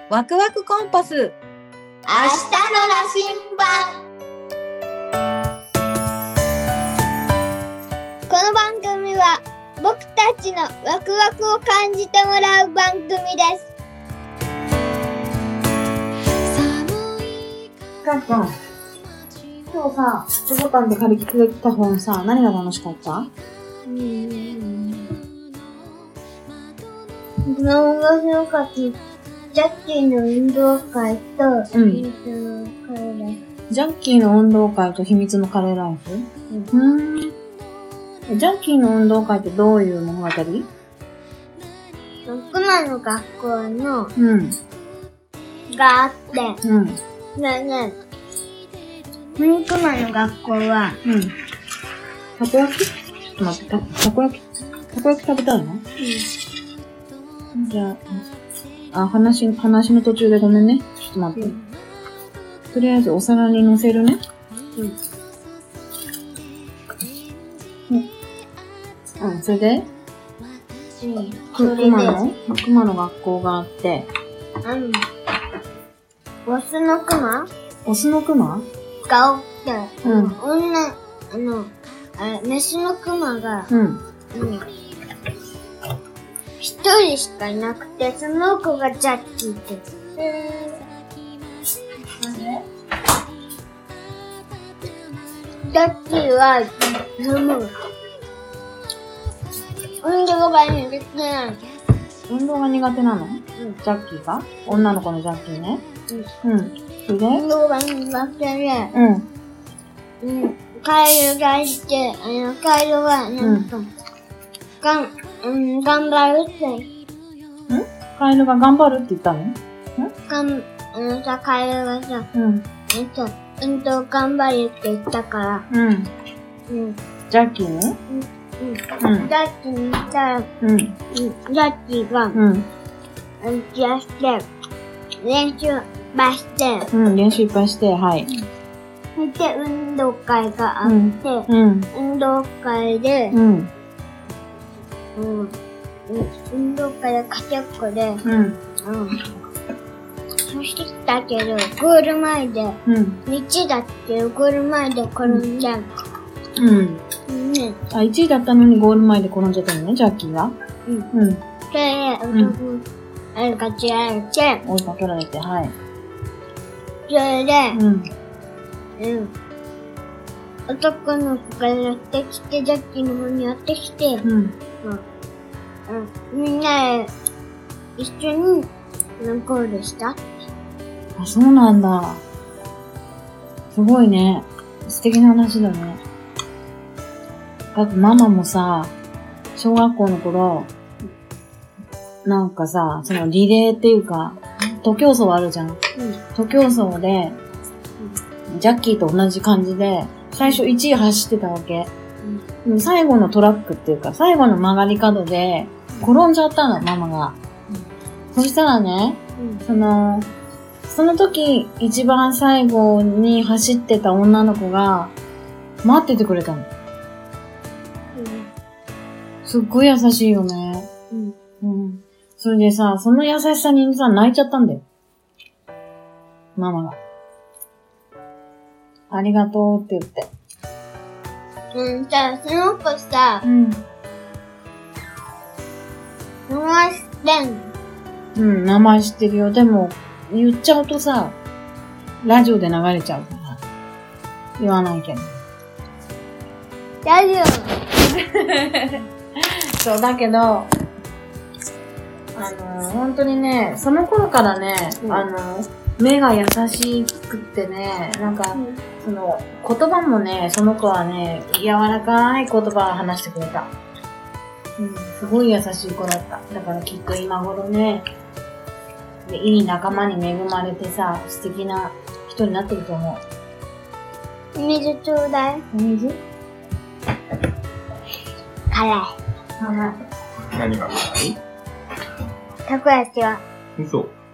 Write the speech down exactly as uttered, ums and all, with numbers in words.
ワクワクコンパス、明日の羅針盤。 この番組は僕たちのワクワクを感じてもらう番組です。 かっちゃん、今日さ、図書館で借りてきた本さ、何が楽しかった？ うーん。一番面白かった。ジャッキーの運動会と、 うん、 秘密のカレーライフ。 ジャッキーの運動会と秘密のカレーライフ？うん。うーん。ジャッキーの運動会ってどういう物語？ クマの学校の、 うん。 があって、 うん。 ねえねえ、クマの学校は、 うん。たこ焼き？ちょっと待って、た、たこ焼き、たこ焼き食べたいの？うん。じゃあ、あ、話、話の途中でごめんね。ちょっと待って。うん、とりあえずお皿に乗せるね。うん。うん。うん、それで？うん。クマのクマの学校があって。 うん。オスのクマ？ オスのクマ？ がおって、 うん。 女、あの、あれ、メスのクマが、 うん。うん。 一人しかいなくて、その子がジャッキーって。えー、なんで？ジャッキーは、その、運動が苦手なの。 運動が苦手なの？うん。ジャッキーが？女の子のジャッキーね。うん。うん。それで？ 運動が苦手で、 うん。 うん。カエルがいて、あの、カエルは、なんか、うん、がん、うん、頑張るって。ん？ カエルが頑張るって言ったの？ん？ がん、あのさ、カエルがさ、 うん。 えっと、運動頑張るって言ったから。 うん。 うん。 ジャッキーね？ うん。うん。 うん。 ジャッキーに言ったら、うん。うん。ジャッキーが、うん。うん。やして、練習いっぱいして。 うん、練習いっぱいして、はい。 それで、運動会があって、うん。うん、運動会で、うん。うん。運動会でかけっこで、うん。うん。そしたけど、ゴール前で、うん。いちいだってゴール前で転んじゃう。うん。うん。ね、 あ、いちいだったのにゴール前で転んじゃったのね、ジャッキーが。うん。うん。 で、男、あれがちられて、 追いかけられて、はい。 それで、うん。うん。男の子がやってきて、ジャッキーの方にやってきて、うん。うん。うん。みんなで一緒にゴールした。 あ、そうなんだ。すごいね。素敵な話だね。だってママもさ、小学校の頃、なんかさ、そのリレーっていうか、徒競走あるじゃん。うん。徒競走で、うん、ジャッキーと同じ感じで、最初いちい走ってたわけ。うん、でも最後のトラックっていうか、最後の曲がり角で、転んじゃったの、ママが。うん、そしたらね、うん、その、その時、一番最後に走ってた女の子が、待っててくれたの。うん、すっごい優しいよね。うん。うん。それでさ、その優しさにさ、泣いちゃったんだよ。ママが。ありがとうって言って。 うん、じゃあ、その子さ、うん。名前知ってんの？ うん、名前知ってるよ。でも、言っちゃうとさ、ラジオで流れちゃうから。言わないけど。 ラジオそう、だけど、あの、本当にね、その頃からね、うん、あの、目が優しくってね、なんか、うん、その、言葉もね、その子はね、柔らかい言葉を話してくれた。うん、すごい優しい子だった。だからきっと今頃ね、いい仲間に恵まれてさ、素敵な人になってると思う。お水ちょうだい。 お水？ 辛い。 辛い。何が辛い？ たこ焼きは。 嘘。